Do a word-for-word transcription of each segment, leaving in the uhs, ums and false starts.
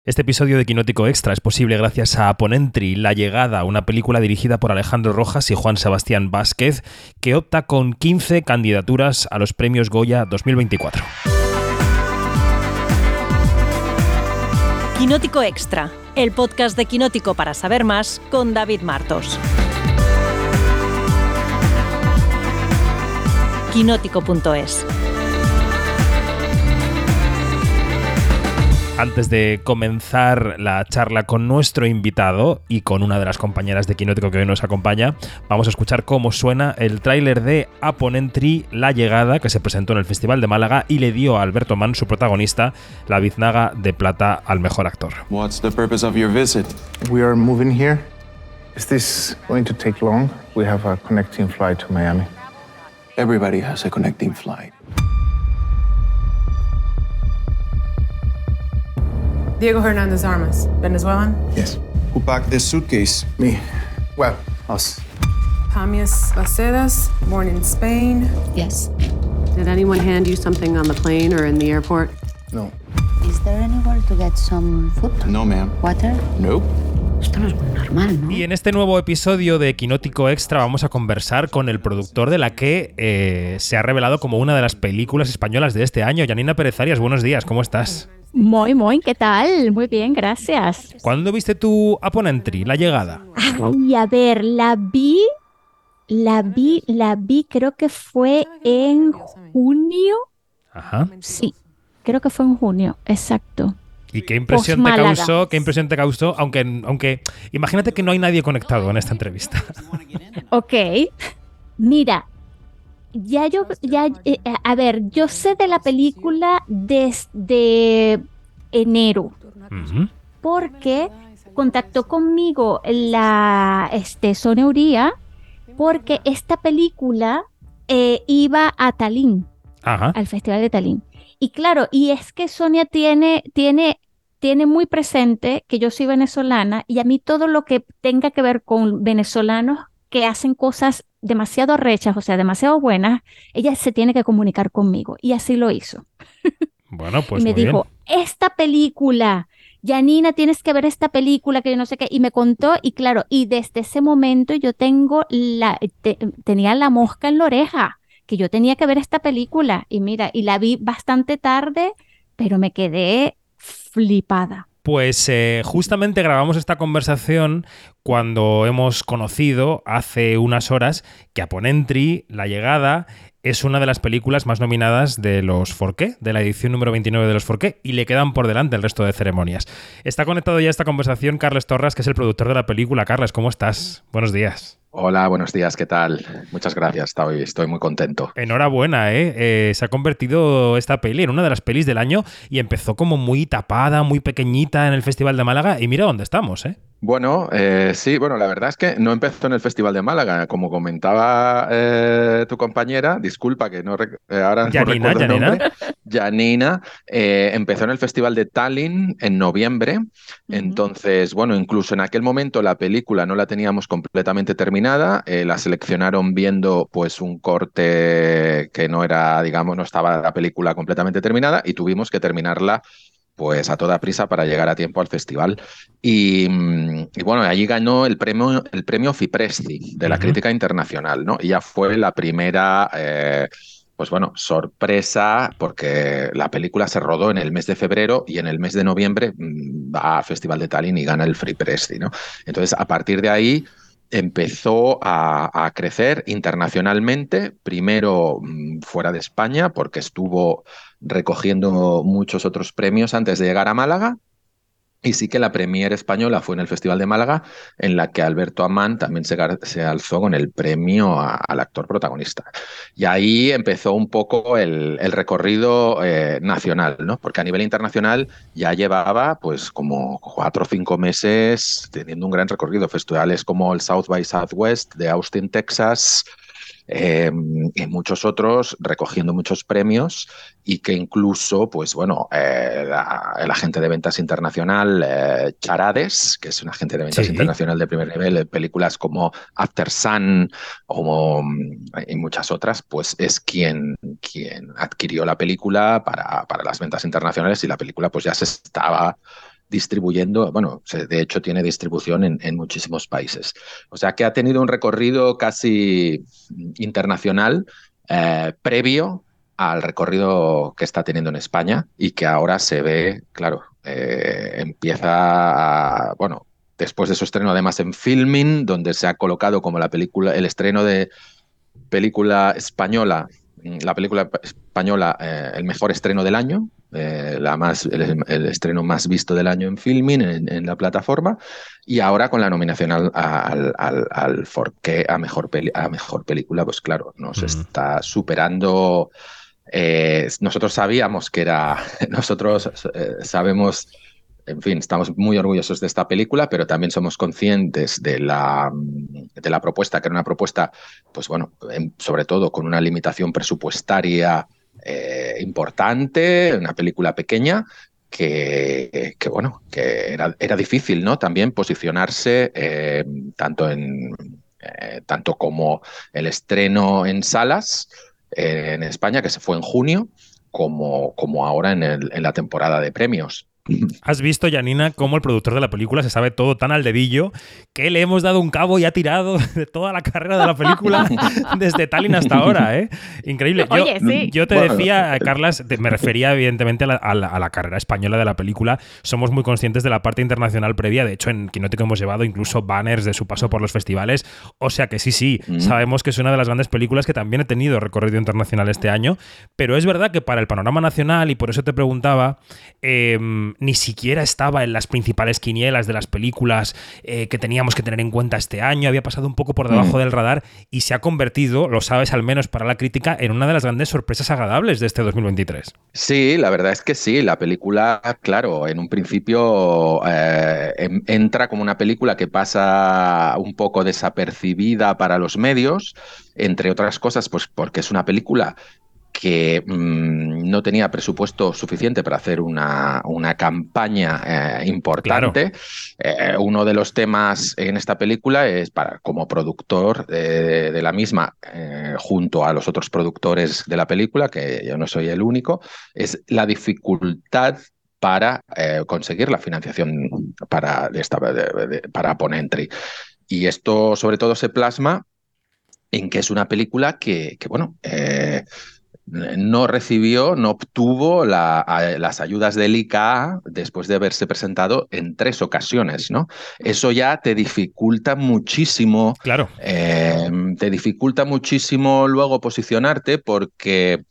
Este episodio de Quinótico Extra es posible gracias a Aponentry, La Llegada, una película dirigida por Alejandro Rojas y Juan Sebastián Vázquez, que opta con quince candidaturas a los premios Goya dos mil veinticuatro. Quinótico Extra, el podcast de Quinótico para saber más con David Martos. Quinótico punto es. Antes de comenzar la charla con nuestro invitado y con una de las compañeras de Quinótico que hoy nos acompaña, vamos a escuchar cómo suena el tráiler de Aponentry, La Llegada, que se presentó en el Festival de Málaga y le dio a Alberto Mann, su protagonista, la biznaga de plata al mejor actor. What's the purpose of your visit? We are moving here. Is this going to take long? We have a connecting flight to Miami. Everybody has a connecting flight. Diego Hernández Armas, Venezuelan? Yes. Who packed this suitcase? Me. Well, us. Jamias Lacedas, born in Spain. Yes. Did anyone hand you something on the plane or in the airport? No. Is there anywhere to get some food? No, ma'am. Water? Nope. Esto no es muy normal, ¿no? Y en este nuevo episodio de Quinótico Extra vamos a conversar con el productor de la que eh, se ha revelado como una de las películas españolas de este año. Yanina Pérez Arias, buenos días, ¿cómo estás? Muy, muy, ¿qué tal? Muy bien, gracias. ¿Cuándo viste tu Aponentry, La Llegada? Ay, a ver, la vi, la vi, la vi, creo que fue en junio. Ajá. Sí, creo que fue en junio, exacto. ¿Y qué impresión te Post-Málaga. causó? ¿Qué impresión te causó? Aunque, aunque imagínate que no hay nadie conectado en esta entrevista. Ok, mira, ya yo, ya, eh, a ver, yo sé de la película desde enero, Ujú. porque contactó conmigo la este, Sonia Uría, porque esta película eh, iba a Tallinn, Ajá. al Festival de Tallinn. Y claro, y es que Sonia tiene, tiene, tiene muy presente que yo soy venezolana y a mí todo lo que tenga que ver con venezolanos que hacen cosas demasiado rechas, o sea, demasiado buenas, ella se tiene que comunicar conmigo. Y así lo hizo. Bueno, pues y me muy dijo, bien. esta película, Yanina, tienes que ver esta película que yo no sé qué. Y me contó, y claro, y desde ese momento yo tengo la, te- tenía la mosca en la oreja, que yo tenía que ver esta película. Y mira, y la vi bastante tarde, pero me quedé flipada. Pues eh, justamente grabamos esta conversación cuando hemos conocido hace unas horas que Aponentry, La Llegada, es una de las películas más nominadas de los Forqué, de la edición número veintinueve de los Forqué, y le quedan por delante el resto de ceremonias. Está conectado ya a esta conversación Carles Torras, que es el productor de la película. Carles, ¿cómo estás? Buenos días. Hola, buenos días, ¿qué tal? Muchas gracias, estoy, estoy muy contento. Enhorabuena, ¿eh? Eh, se ha convertido esta peli en una de las pelis del año y empezó como muy tapada, muy pequeñita en el Festival de Málaga y mira dónde estamos, ¿eh? Bueno, eh, sí, bueno, la verdad es que no empezó en el Festival de Málaga, como comentaba eh, tu compañera, disculpa que no rec- eh, ahora no Yanina, recuerdo el Yanina. nombre, Janina, eh, empezó en el Festival de Tallinn en noviembre, entonces, bueno, incluso en aquel momento la película no la teníamos completamente terminada, eh, la seleccionaron viendo pues un corte que no era, digamos, no estaba la película completamente terminada y tuvimos que terminarla pues a toda prisa para llegar a tiempo al festival. Y, mm, y bueno, allí ganó el premio, el premio Fipresci de la Ujú. crítica internacional, ¿no? Y ya fue la primera, eh, pues bueno, sorpresa, porque la película se rodó en el mes de febrero y en el mes de noviembre mm, va a Festival de Tallinn y gana el Fipresci, ¿no? Entonces, a partir de ahí empezó a, a crecer internacionalmente, primero mm, fuera de España, porque estuvo recogiendo muchos otros premios antes de llegar a Málaga. Y sí que la premier española fue en el Festival de Málaga, en la que Alberto Amán también se, gar- se alzó con el premio a- al actor protagonista. Y ahí empezó un poco el, el recorrido eh, nacional, ¿no? Porque a nivel internacional ya llevaba pues como cuatro o cinco meses teniendo un gran recorrido. Festivales como el South by Southwest de Austin, Texas, eh, y muchos otros recogiendo muchos premios y que incluso, pues bueno, eh, la- el agente de ventas internacional eh, Charades, que es un agente de ventas Sí. internacional de primer nivel, de películas como After Sun o, y muchas otras, pues es quien, quien adquirió la película para, para las ventas internacionales y la película pues ya se estaba distribuyendo, bueno, se, de hecho tiene distribución en, en muchísimos países. O sea que ha tenido un recorrido casi internacional eh, previo al recorrido que está teniendo en España y que ahora se ve, claro, eh, empieza a, bueno, después de su estreno además en Filmin, donde se ha colocado como la película, el estreno de película española, la película española, eh, el mejor estreno del año, eh, la más, el, el estreno más visto del año en Filmin, en, en la plataforma, y ahora con la nominación al, al, al, al Forqué a mejor, peli, a mejor película, pues claro, nos mm. está superando. Eh, nosotros sabíamos que era, nosotros eh, sabemos, en fin, estamos muy orgullosos de esta película, pero también somos conscientes de la, de la propuesta, que era una propuesta, pues bueno, en, sobre todo con una limitación presupuestaria eh, importante, una película pequeña, que, que bueno, que era, era difícil, ¿no? También posicionarse eh, tanto en eh, tanto como el estreno en salas eh, en España, que se fue en junio, como, como ahora en, el, en la temporada de premios. Has visto, Janina, cómo el productor de la película se sabe todo tan al dedillo que le hemos dado un cabo y ha tirado de toda la carrera de la película desde Tallinn hasta ahora, ¿eh? Increíble. Yo, Oye, sí. Yo te bueno, decía, Carlas, te, me refería evidentemente a la, a, la, a la carrera española de la película. Somos muy conscientes de la parte internacional previa. De hecho, en Quinótico hemos llevado incluso banners de su paso por los festivales. O sea que sí, sí, mm. sabemos que es una de las grandes películas que también ha tenido recorrido internacional este año. Pero es verdad que para el panorama nacional, y por eso te preguntaba, eh, ni siquiera estaba en las principales quinielas de las películas eh, que teníamos que tener en cuenta este año, había pasado un poco por debajo mm. del radar y se ha convertido, lo sabes al menos para la crítica, en una de las grandes sorpresas agradables de este dos mil veintitrés. Sí, la verdad es que sí, la película, claro, en un principio eh, entra como una película que pasa un poco desapercibida para los medios, entre otras cosas, pues porque es una película que mmm, no tenía presupuesto suficiente para hacer una, una campaña eh, importante. Claro. Eh, uno de los temas en esta película es, para como productor eh, de la misma, eh, junto a los otros productores de la película, que yo no soy el único, es la dificultad para eh, conseguir la financiación para, de esta, de, de, para Upon Entry. Y esto sobre todo se plasma en que es una película que, que bueno... Eh, no recibió, no obtuvo la, a, las ayudas del I C A después de haberse presentado en tres ocasiones, ¿no? Eso ya te dificulta muchísimo. Claro. Eh, te dificulta muchísimo luego posicionarte porque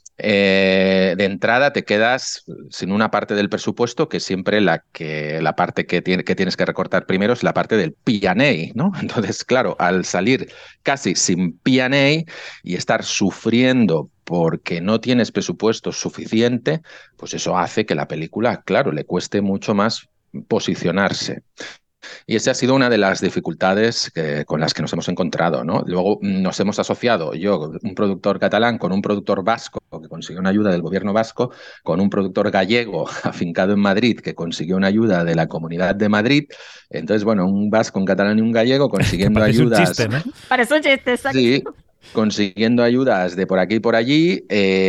eh, de entrada te quedas sin una parte del presupuesto que siempre la, que, la parte que, tiene, que tienes que recortar primero es la parte del P and A, ¿no? Entonces, claro, al salir casi sin P and A y estar sufriendo porque no tienes presupuesto suficiente, pues eso hace que la película, claro, le cueste mucho más posicionarse. Y esa ha sido una de las dificultades que, con las que nos hemos encontrado, ¿no? Luego nos hemos asociado, yo, un productor catalán, con un productor vasco que consiguió una ayuda del gobierno vasco, con un productor gallego afincado en Madrid que consiguió una ayuda de la Comunidad de Madrid. Entonces, bueno, un vasco, un catalán y un gallego consiguiendo ayudas. Un chiste, ¿no? Parece un chiste, exacto. Sí, consiguiendo ayudas de por aquí y por allí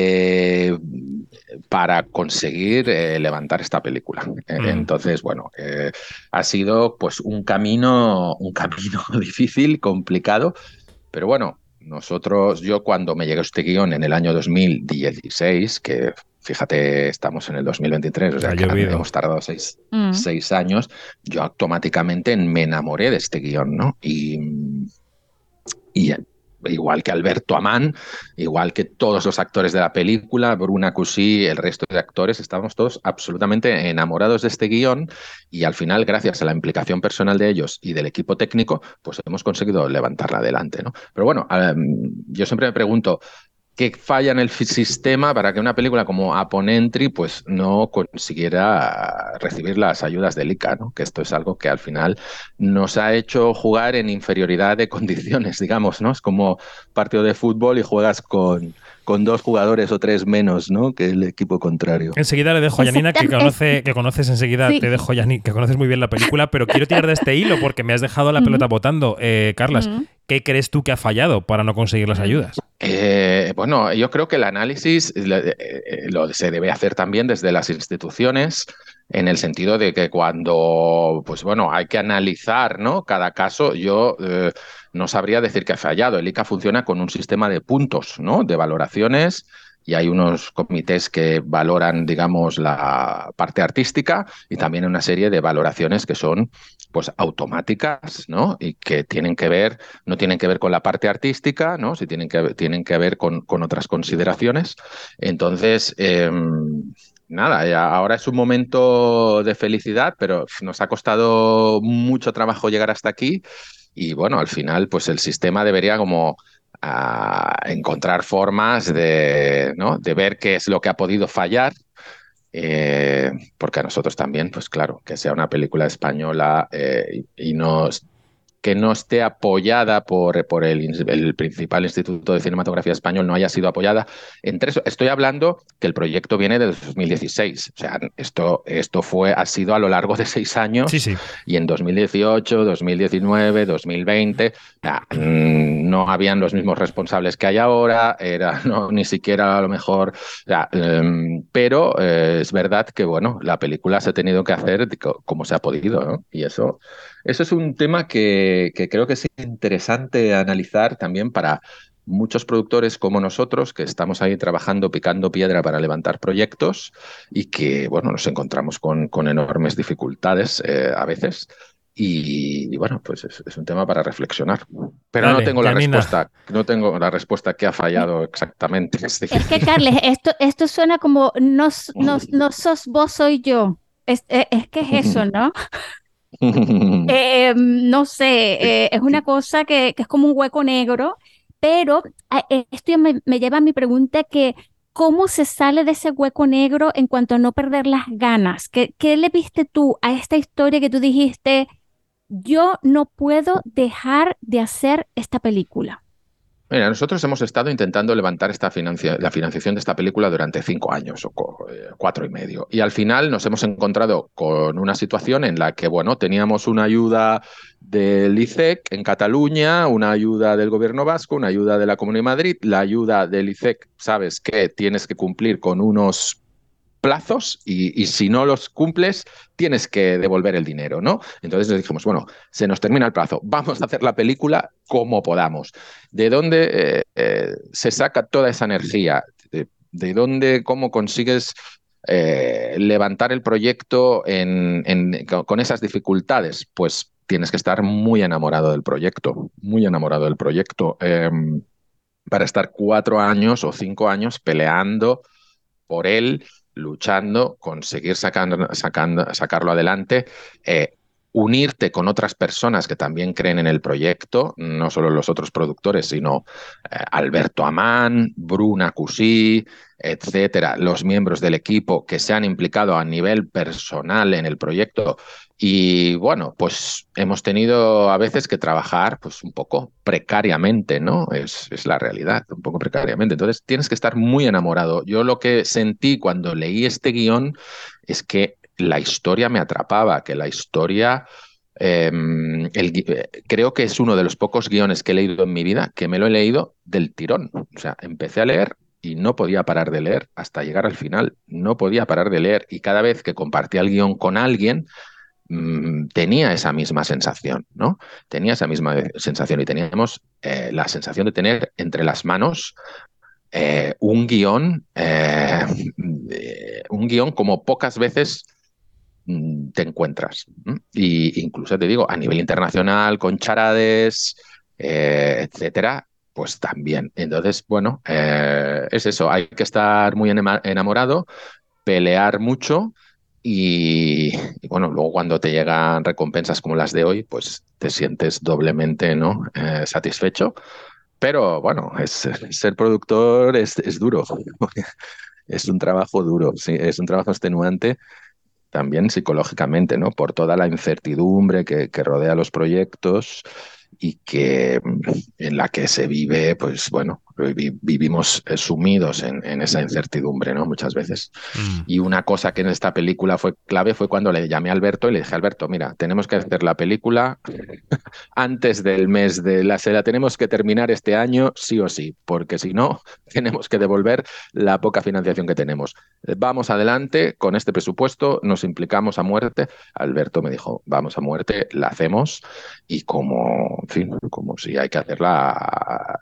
eh, para conseguir eh, levantar esta película. Mm. Entonces, bueno, eh, ha sido pues un camino, un camino difícil, complicado, pero bueno, nosotros, yo cuando me llegó este guión en el año dos mil dieciséis, que fíjate, estamos en el dos mil veintitrés, o sea, que hemos tardado seis, mm. seis años, yo automáticamente me enamoré de este guión, ¿no? Y, y igual que Alberto Amán, igual que todos los actores de la película, Bruna Cusí, el resto de actores, estábamos todos absolutamente enamorados de este guión y al final, gracias a la implicación personal de ellos y del equipo técnico, pues hemos conseguido levantarla adelante, ¿no? Pero bueno, um, yo siempre me pregunto, ¿qué falla en el sistema para que una película como Upon Entry pues no consiguiera recibir las ayudas del I C A, ¿no? Que esto es algo que al final nos ha hecho jugar en inferioridad de condiciones, digamos, ¿no? Es como partido de fútbol y juegas con, con dos jugadores o tres menos, ¿no? Que el equipo contrario. Enseguida le dejo a Janina, que, conoce, que conoces enseguida, sí. te dejo, Janina, que conoces muy bien la película, pero quiero tirar de este hilo porque me has dejado la pelota botando. Eh, Carlas, uh-huh. ¿qué crees tú que ha fallado para no conseguir las ayudas? Eh, bueno, yo creo que el análisis lo, se debe hacer también desde las instituciones en el sentido de que cuando, pues bueno, hay que analizar, ¿no?, cada caso, yo eh, no sabría decir que ha fallado. El I C A funciona con un sistema de puntos, ¿no?, de valoraciones, y hay unos comités que valoran, digamos, la parte artística, y también una serie de valoraciones que son, pues, automáticas, ¿no?, y que tienen que ver, no tienen que ver con la parte artística, ¿no?, si tienen que, tienen que ver con, con otras consideraciones. Entonces, eh, nada, ya ahora es un momento de felicidad, pero nos ha costado mucho trabajo llegar hasta aquí, y bueno, al final, pues el sistema debería como a encontrar formas de, ¿no?, de ver qué es lo que ha podido fallar, eh, porque a nosotros también, pues claro, que sea una película española eh, y, y nos, que no esté apoyada por, por el, el principal Instituto de Cinematografía Español, no haya sido apoyada. Entre eso, estoy hablando que el proyecto viene de dos mil dieciséis. O sea, esto, esto fue, ha sido a lo largo de seis años. Sí, sí. Y en dos mil dieciocho, dos mil diecinueve, dos mil veinte, ya, mmm, no habían los mismos responsables que hay ahora, era no, ni siquiera a lo mejor. Ya, um, pero eh, es verdad que, bueno, la película se ha tenido que hacer como se ha podido, ¿no? Y eso, eso es un tema que, que creo que es interesante analizar también para muchos productores como nosotros, que estamos ahí trabajando, picando piedra para levantar proyectos, y que, bueno, nos encontramos con, con enormes dificultades eh, a veces. Y, y bueno, pues es, es un tema para reflexionar. Pero Dale, no tengo la Janina. respuesta, no tengo la respuesta que ha fallado exactamente. Es Es que, difícil. Carles, esto, esto suena como no, s- no, no sos vos, soy yo. Es, es, es que es eso, ¿no? Eh, no sé, eh, es una cosa que, que es como un hueco negro, pero a- eh, esto ya me, me lleva a mi pregunta que, ¿cómo se sale de ese hueco negro en cuanto a no perder las ganas? ¿Qué, qué le viste tú a esta historia que tú dijiste, yo no puedo dejar de hacer esta película? Mira, nosotros hemos estado intentando levantar esta financia, la financiación de esta película durante cinco años o co- eh, cuatro y medio. Y al final nos hemos encontrado con una situación en la que, bueno, teníamos una ayuda del I C E C en Cataluña, una ayuda del Gobierno vasco, una ayuda de la Comunidad de Madrid. La ayuda del I C E C, sabes que tienes que cumplir con unos plazos, y, y si no los cumples, tienes que devolver el dinero, ¿no? Entonces nos dijimos, bueno, se nos termina el plazo, vamos a hacer la película como podamos. ¿De dónde eh, eh, se saca toda esa energía? ¿De, de dónde, cómo consigues eh, levantar el proyecto en, en, con esas dificultades? Pues tienes que estar muy enamorado del proyecto, muy enamorado del proyecto, eh, para estar cuatro años o cinco años peleando por él, luchando, conseguir sacando, sacando, sacarlo adelante, eh, unirte con otras personas que también creen en el proyecto, no solo los otros productores, sino eh, Alberto Amán, Bruna Cusí, etcétera, los miembros del equipo que se han implicado a nivel personal en el proyecto. Y bueno, pues hemos tenido a veces que trabajar pues un poco precariamente, ¿no? Es, es la realidad, un poco precariamente. Entonces tienes que estar muy enamorado. Yo lo que sentí cuando leí este guión es que la historia me atrapaba, que la historia... Eh, el, eh, creo que es uno de los pocos guiones que he leído en mi vida que me lo he leído del tirón. O sea, empecé a leer y no podía parar de leer hasta llegar al final. No podía parar de leer, y cada vez que compartía el guión con alguien, mmm, tenía esa misma sensación, ¿no? Tenía esa misma sensación, y teníamos eh, la sensación de tener entre las manos eh, un guión, eh, eh, un guión como pocas veces mmm, te encuentras. ¿m? Y incluso te digo, a nivel internacional, con charades, eh, etcétera, pues también. Entonces, bueno, eh, es eso, hay que estar muy enamorado, pelear mucho, y, y, bueno, luego cuando te llegan recompensas como las de hoy, pues te sientes doblemente, ¿no? eh, satisfecho. Pero bueno, es, ser productor es, es duro, es un trabajo duro, sí, es un trabajo extenuante también psicológicamente, ¿no? Por toda la incertidumbre que, que rodea los proyectos, y que en la que se vive, pues bueno, vi- vivimos eh, sumidos en, en esa incertidumbre, ¿no? Muchas veces. Mm. Y una cosa que en esta película fue clave fue cuando le llamé a Alberto y le dije, Alberto, mira, tenemos que hacer la película antes del mes de la... Se la tenemos que terminar este año sí o sí, porque si no, tenemos que devolver la poca financiación que tenemos. Vamos adelante con este presupuesto, nos implicamos a muerte. Alberto me dijo, vamos a muerte, la hacemos y como, en fin, como si hay que hacerla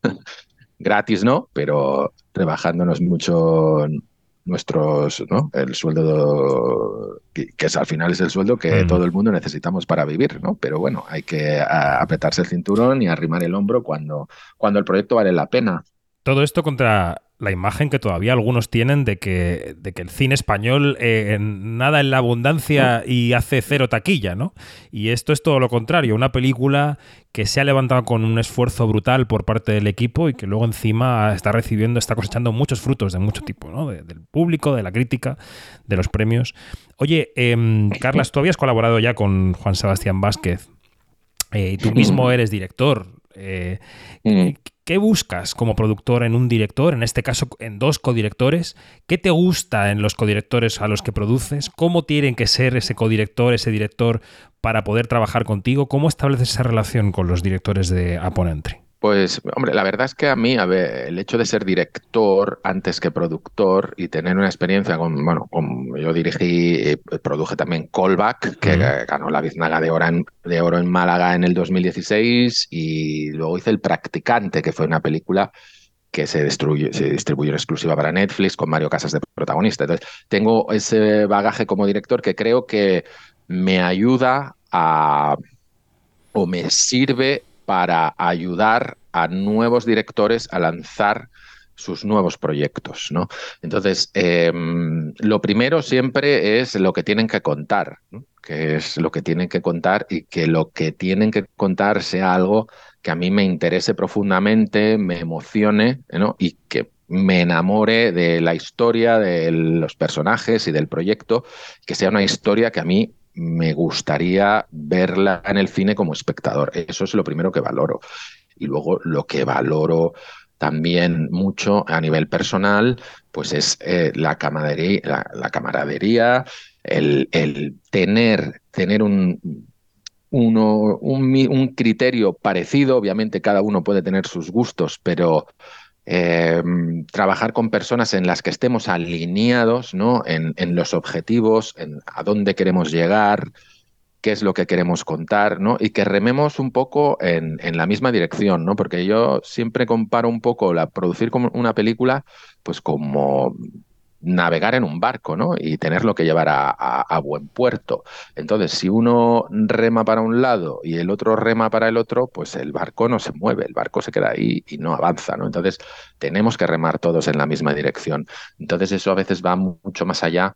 gratis, ¿no? Pero rebajándonos mucho nuestros, ¿no? El sueldo, que, que es, al final es el sueldo que Mm. todo el mundo necesitamos para vivir, ¿no? Pero bueno, hay que a, apretarse el cinturón y arrimar el hombro cuando, cuando el proyecto vale la pena. Todo esto contra la imagen que todavía algunos tienen de que, de que el cine español eh, nada en la abundancia y hace cero taquilla, ¿no? Y esto es todo lo contrario, una película que se ha levantado con un esfuerzo brutal por parte del equipo y que luego encima está recibiendo, está cosechando muchos frutos de mucho tipo, ¿no? De, del público, de la crítica, de los premios. Oye, eh, Carlas, tú habías colaborado ya con Juan Sebastián Vázquez eh, y tú mismo eres director. Eh, Mm. ¿Qué buscas como productor en un director, en este caso en dos codirectores? ¿Qué te gusta en los codirectores a los que produces? ¿Cómo tienen que ser ese codirector, ese director para poder trabajar contigo? ¿Cómo estableces esa relación con los directores de Upon Entry? Pues, hombre, la verdad es que a mí, a ver, el hecho de ser director antes que productor y tener una experiencia con, bueno, con, yo dirigí, eh, produje también Callback, que Uh-huh. ganó la Biznaga de Oro, en, de Oro en Málaga en el dos mil dieciséis, y luego hice El Practicante, que fue una película que se, destruyó, se distribuyó en exclusiva para Netflix con Mario Casas de protagonista. Entonces, tengo ese bagaje como director que creo que me ayuda a, o me sirve para ayudar a nuevos directores a lanzar sus nuevos proyectos, ¿no? Entonces, eh, lo primero siempre es lo que tienen que contar, ¿no? Que es lo que tienen que contar y que lo que tienen que contar sea algo que a mí me interese profundamente, me emocione, ¿no? Y que me enamore de la historia, de los personajes y del proyecto, que sea una historia que a mí me gustaría verla en el cine como espectador. Eso es lo primero que valoro. Y luego lo que valoro también mucho a nivel personal, pues es eh, la camaradería, la, la camaradería el, el tener, tener un, uno, un, un criterio parecido. Obviamente cada uno puede tener sus gustos, pero Eh, trabajar con personas en las que estemos alineados, ¿no? En, en los objetivos, en a dónde queremos llegar, qué es lo que queremos contar, ¿no? Y que rememos un poco en, en la misma dirección, ¿no? Porque yo siempre comparo un poco la producir como una película, pues como navegar en un barco, ¿no? Y tenerlo que llevar a, a, a buen puerto. Entonces, si uno rema para un lado y el otro rema para el otro, pues el barco no se mueve, el barco se queda ahí y no avanza, ¿no? Entonces, tenemos que remar todos en la misma dirección. Entonces, eso a veces va mucho más allá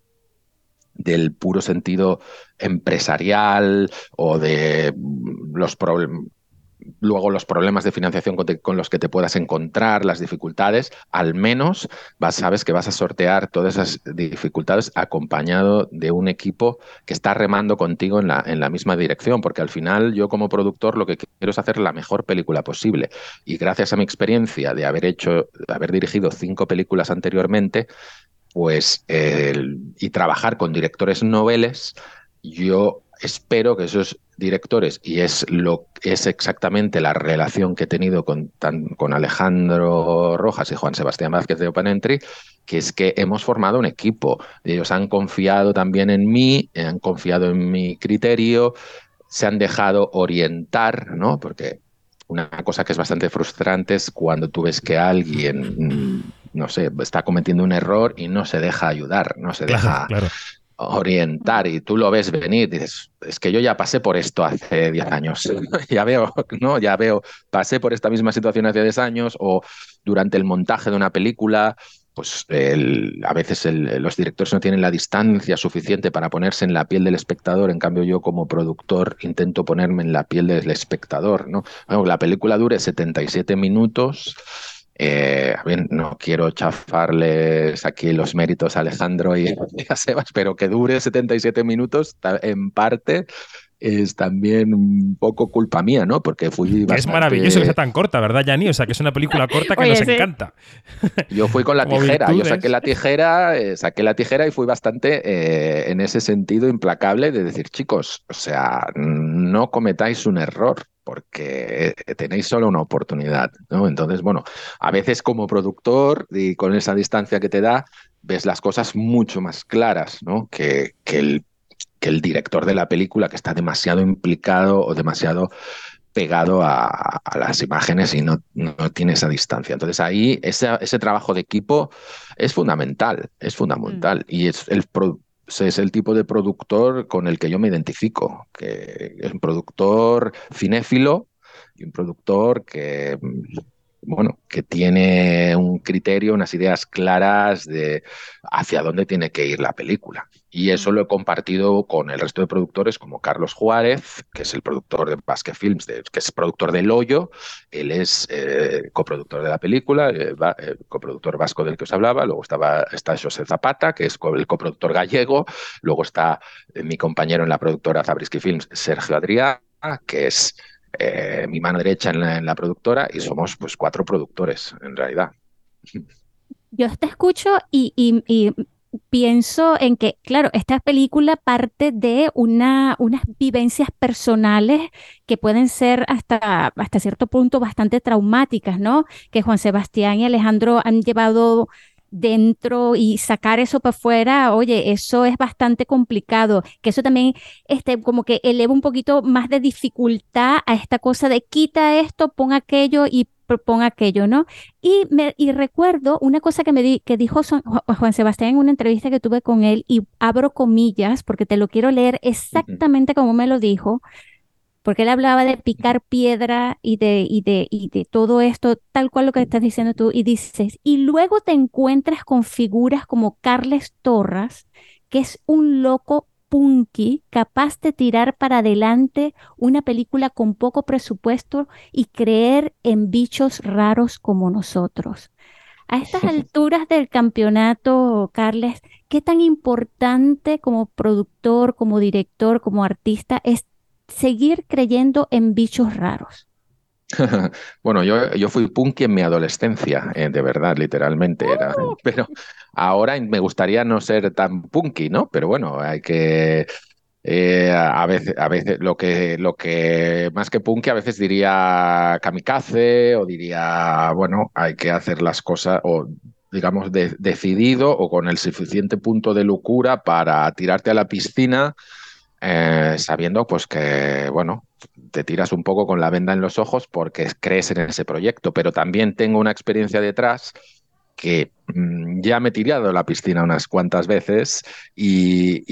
del puro sentido empresarial o de los problemas. Luego los problemas de financiación con, te, con los que te puedas encontrar, las dificultades, al menos vas, sabes que vas a sortear todas esas dificultades acompañado de un equipo que está remando contigo en la, en la misma dirección, porque al final yo como productor lo que quiero es hacer la mejor película posible, y gracias a mi experiencia de haber hecho, de haber dirigido cinco películas anteriormente, pues eh, y trabajar con directores noveles, yo espero que esos directores, y es lo es exactamente la relación que he tenido con, tan, con Alejandro Rojas y Juan Sebastián Vázquez de Open Entry, que es que hemos formado un equipo. Ellos han confiado también en mí, han confiado en mi criterio, se han dejado orientar, ¿no? Porque una cosa que es bastante frustrante es cuando tú ves que alguien, no sé, está cometiendo un error y no se deja ayudar, no se Claro, deja claro. orientar, y tú lo ves venir, dices, es que yo ya pasé por esto hace diez años, ya veo, ¿no? Ya veo, pasé por esta misma situación hace diez años, o durante el montaje de una película, pues el, a veces el, los directores no tienen la distancia suficiente para ponerse en la piel del espectador. En cambio yo como productor intento ponerme en la piel del espectador, ¿no? Bueno, la película dure setenta y siete minutos. Eh, bien, no quiero chafarles aquí los méritos a Alejandro y a Sebas, pero que dure setenta y siete minutos en parte es también un poco culpa mía, ¿no? Porque fui que bastante... Es maravilloso que sea tan corta, ¿verdad, Yanni? O sea, que es una película corta que Oye, nos sí. encanta. Yo fui con la Como tijera, yo virtudes. saqué la tijera, eh, saqué la tijera y fui bastante eh, en ese sentido implacable de decir, chicos, o sea, no cometáis un error porque tenéis solo una oportunidad, ¿no? Entonces, bueno, a veces como productor y con esa distancia que te da, ves las cosas mucho más claras, ¿no? Que, que el, que el director de la película que está demasiado implicado o demasiado pegado a, a las imágenes y no, no tiene esa distancia. Entonces ahí ese, ese trabajo de equipo es fundamental, es fundamental. Y es el, pro, es el tipo de productor con el que yo me identifico, que es un productor cinéfilo y un productor que, bueno, que tiene un criterio, unas ideas claras de hacia dónde tiene que ir la película. Y eso lo he compartido con el resto de productores como Carlos Juárez, que es el productor de Basque Films, de, que es productor del Hoyo. Él es eh, coproductor de la película, eh, va, eh, coproductor vasco del que os hablaba. Luego estaba, está José Zapata, que es el coproductor gallego. Luego está eh, mi compañero en la productora Zabriskie Films, Sergio Adrià, que es eh, mi mano derecha en la, en la productora, y somos pues cuatro productores, en realidad. Yo te escucho y, y, y pienso en que, claro, esta película parte de una, unas vivencias personales que pueden ser hasta, hasta cierto punto bastante traumáticas, ¿no? Que Juan Sebastián y Alejandro han llevado dentro y sacar eso para afuera, oye, eso es bastante complicado, que eso también este, como que eleva un poquito más de dificultad a esta cosa de quita esto, pon aquello y pon aquello, ¿no? Y, me, y recuerdo una cosa que me di, que dijo Son, Juan Sebastián en una entrevista que tuve con él, y abro comillas porque te lo quiero leer exactamente como me lo dijo, porque él hablaba de picar piedra y de, y de, y de todo esto, tal cual lo que estás diciendo tú, y dices, y luego te encuentras con figuras como Carles Torras, que es un loco punky, capaz de tirar para adelante una película con poco presupuesto y creer en bichos raros como nosotros. A estas alturas del campeonato, Carles, ¿qué tan importante como productor, como director, como artista es seguir creyendo en bichos raros? Bueno, yo, yo fui punky en mi adolescencia, eh, de verdad, literalmente era. Pero ahora me gustaría no ser tan punky, ¿no? Pero bueno, hay que... Eh, a veces, a veces lo que, lo que más que punky a veces diría kamikaze o diría, bueno, hay que hacer las cosas o digamos de, decidido o con el suficiente punto de locura para tirarte a la piscina eh, sabiendo pues que, bueno, te tiras un poco con la venda en los ojos porque crees en ese proyecto, pero también tengo una experiencia detrás que mmm, ya me he tirado a la piscina unas cuantas veces y,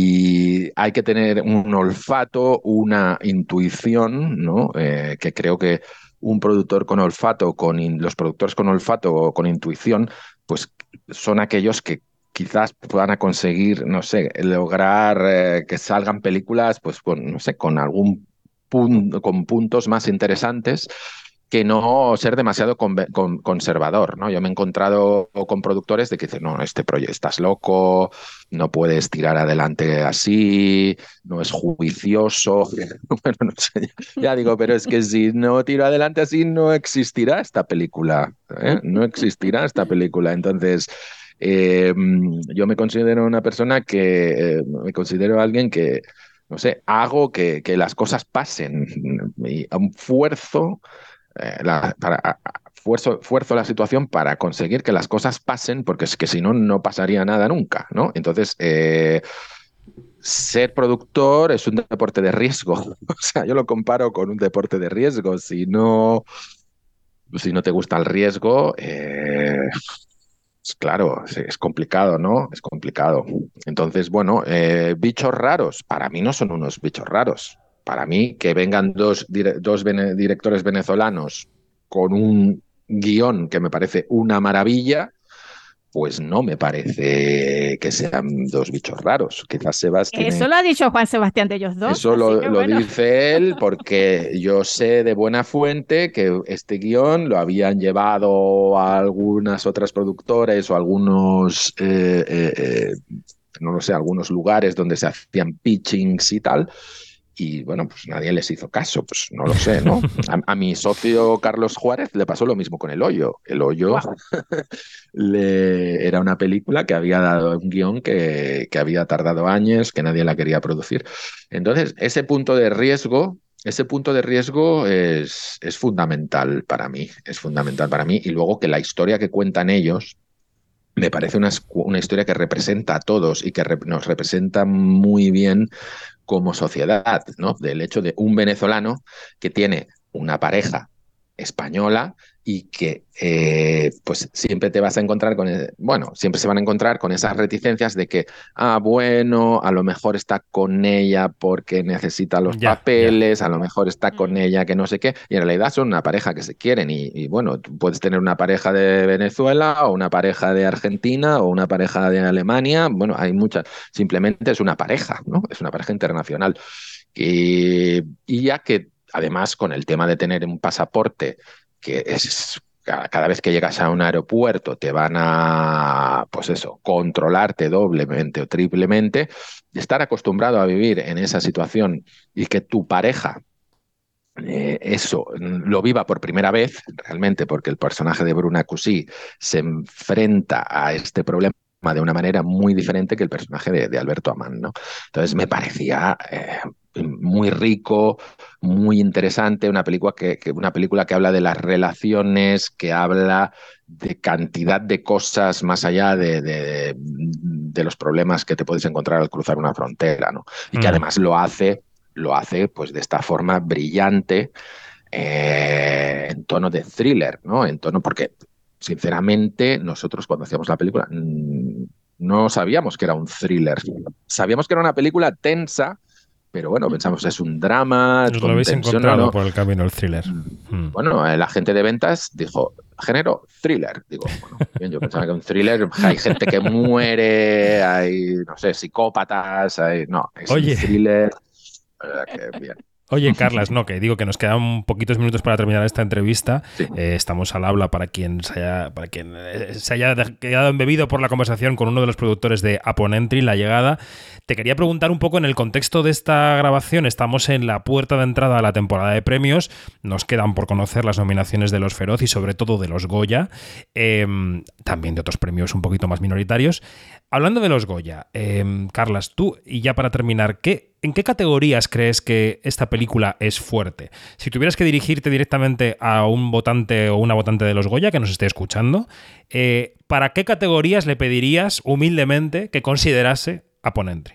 y hay que tener un olfato, una intuición, ¿no? Eh, que creo que un productor con olfato, con in, los productores con olfato o con intuición, pues son aquellos que quizás puedan conseguir, no sé, lograr eh, que salgan películas, pues con, no sé, con algún punto, con puntos más interesantes que no ser demasiado con, con, conservador, ¿no? Yo me he encontrado con productores de que dicen, no, este proyecto estás loco, no puedes tirar adelante así, no es juicioso. Bueno, no sé, ya digo, pero es que si no tiro adelante así, no existirá esta película, ¿eh? No existirá esta película. Entonces, eh, yo me considero una persona que, eh, me considero alguien que, no sé, hago que, que las cosas pasen y un esfuerzo Eh, la, para, a, fuerzo, fuerzo la situación para conseguir que las cosas pasen, porque es que si no, no pasaría nada nunca, ¿no? Entonces, eh, ser productor es un deporte de riesgo. O sea, yo lo comparo con un deporte de riesgo. Si no, si no te gusta el riesgo, eh, pues claro, es complicado, ¿no? Es complicado. Entonces, bueno, eh, bichos raros, para mí no son unos bichos raros. Para mí, que vengan dos, dire dos bene directores venezolanos con un guión que me parece una maravilla, pues no me parece que sean dos bichos raros. Quizás Sebastián... Eso lo ha dicho Juan Sebastián de ellos dos. Eso lo, que, lo bueno. dice él porque yo sé de buena fuente que este guión lo habían llevado a algunas otras productoras o algunos... Eh, eh, eh, no lo sé, algunos lugares donde se hacían pitchings y tal, y bueno, pues nadie les hizo caso, pues no lo sé, ¿no? A, a mi socio Carlos Juárez le pasó lo mismo con El Hoyo. El Hoyo le, era una película que había dado un guión que, que había tardado años, que nadie la quería producir. Entonces, ese punto de riesgo, ese punto de riesgo es, es fundamental para mí, es fundamental para mí. Y luego que la historia que cuentan ellos me parece una, una historia que representa a todos y que rep- nos representa muy bien como sociedad, ¿no? Del hecho de un venezolano que tiene una pareja española y que eh, pues siempre te vas a encontrar con, el, bueno, siempre se van a encontrar con esas reticencias de que, ah, bueno, a lo mejor está con ella porque necesita los Ya, papeles, ya. a lo mejor está con ella que no sé qué, y en realidad son una pareja que se quieren y, y bueno, tú puedes tener una pareja de Venezuela o una pareja de Argentina o una pareja de Alemania, bueno, hay muchas, simplemente es una pareja, ¿no? Es una pareja internacional. Y, y ya que además con el tema de tener un pasaporte que es cada, cada vez que llegas a un aeropuerto te van a, pues eso, controlarte doblemente o triplemente, estar acostumbrado a vivir en esa situación y que tu pareja eh, eso lo viva por primera vez, realmente, porque el personaje de Bruna Cusí se enfrenta a este problema de una manera muy diferente que el personaje de, de Alberto Amán, ¿no? Entonces me parecía eh, muy rico, muy interesante, una película que, que, una película que habla de las relaciones, que habla de cantidad de cosas más allá de, de, de los problemas que te puedes encontrar al cruzar una frontera, ¿no? Y que Mm. además lo hace, lo hace pues de esta forma brillante, eh, en tono de thriller, ¿no? En tono, porque sinceramente nosotros cuando hacíamos la película mmm, no sabíamos que era un thriller, sabíamos que era una película tensa, pero bueno, pensamos es un drama Os lo con habéis tensión, no, encontrado no. por el camino, el thriller. Mm. Bueno, el agente de ventas dijo, género thriller. Digo, bueno, bien, yo pensaba que un thriller, hay gente que muere, hay, no sé, psicópatas, hay... No, es Oye. un thriller. Eh, que bien. Oye, Carlas, no, que digo que nos quedan poquitos minutos para terminar esta entrevista. Sí. Eh, estamos al habla para quien se haya, para quien eh, se haya quedado embebido por la conversación con uno de los productores de Upon Entry, La Llegada. Te quería preguntar un poco en el contexto de esta grabación. Estamos en la puerta de entrada a la temporada de premios. Nos quedan por conocer las nominaciones de Los Feroz y sobre todo de los Goya. Eh, también de otros premios un poquito más minoritarios. Hablando de los Goya, eh, Carlas, tú, y ya para terminar, ¿qué, ¿en qué categorías crees que esta película es fuerte? Si tuvieras que dirigirte directamente a un votante o una votante de los Goya que nos esté escuchando, eh, ¿para qué categorías le pedirías humildemente que considerase Upon Entry?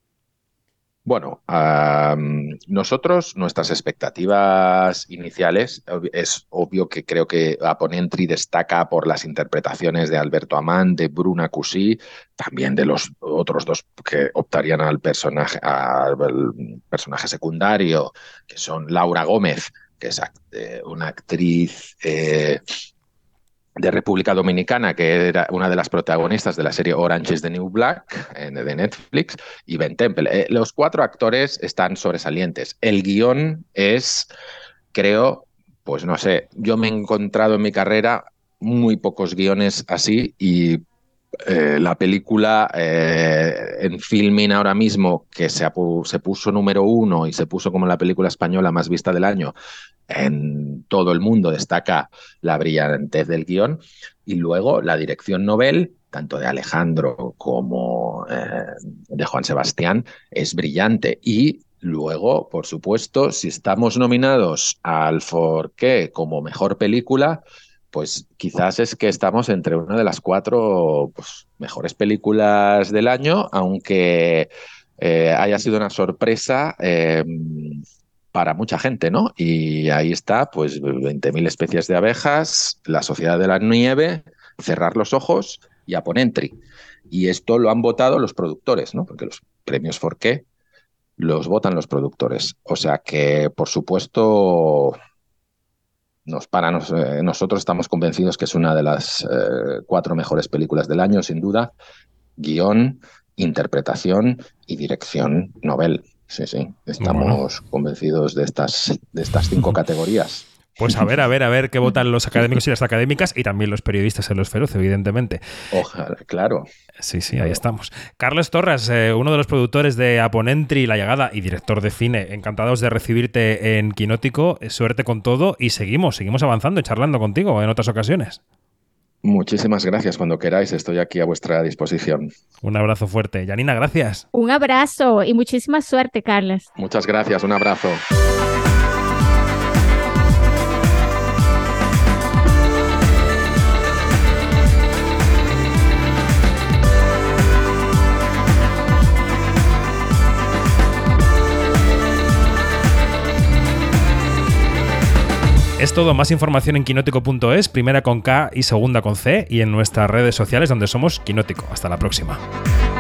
Bueno, um, nosotros, nuestras expectativas iniciales, es obvio que creo que Upon Entry destaca por las interpretaciones de Alberto Amán, de Bruna Cusí, también de los otros dos que optarían al personaje, al personaje secundario, que son Laura Gómez, que es una actriz eh, de República Dominicana, que era una de las protagonistas de la serie Orange is the New Black de Netflix, y Ben Temple. Eh, los cuatro actores están sobresalientes. El guión es, creo, pues no sé, yo me he encontrado en mi carrera muy pocos guiones así y eh, la película eh, en Filmin ahora mismo, que se, se puso número uno y se puso como la película española más vista del año, en todo el mundo destaca la brillantez del guión y luego la dirección novel, tanto de Alejandro como eh, de Juan Sebastián, es brillante. Y luego, por supuesto, si estamos nominados al Forqué como mejor película, pues quizás es que estamos entre una de las cuatro pues, mejores películas del año, aunque eh, haya sido una sorpresa eh, para mucha gente, ¿no? Y ahí está, pues veinte mil especies de abejas, La Sociedad de la Nieve, Cerrar los ojos y Upon Entry. Y esto lo han votado los productores, ¿no? Porque los premios Forqué los votan los productores. O sea que, por supuesto, nos, para nos, eh, nosotros estamos convencidos que es una de las eh, cuatro mejores películas del año, sin duda. Guión, interpretación y dirección novel. Sí, sí, estamos bueno. convencidos de estas, de estas cinco categorías. Pues a ver, a ver, a ver qué votan los académicos y las académicas y también los periodistas en Los Feroz, evidentemente. Ojalá, claro. Sí, sí, ahí estamos. Carlos Torras, eh, uno de los productores de Aponentry, La Llegada y director de cine, encantados de recibirte en Quinótico. Suerte con todo y seguimos, seguimos avanzando y charlando contigo en otras ocasiones. Muchísimas gracias. Cuando queráis, estoy aquí a vuestra disposición. Un abrazo fuerte. Janina, gracias. Un abrazo y muchísima suerte, Carlos. Muchas gracias. Un abrazo. Es todo, más información en quinótico punto es, primera con K y segunda con C, y en nuestras redes sociales donde somos Quinótico. Hasta la próxima.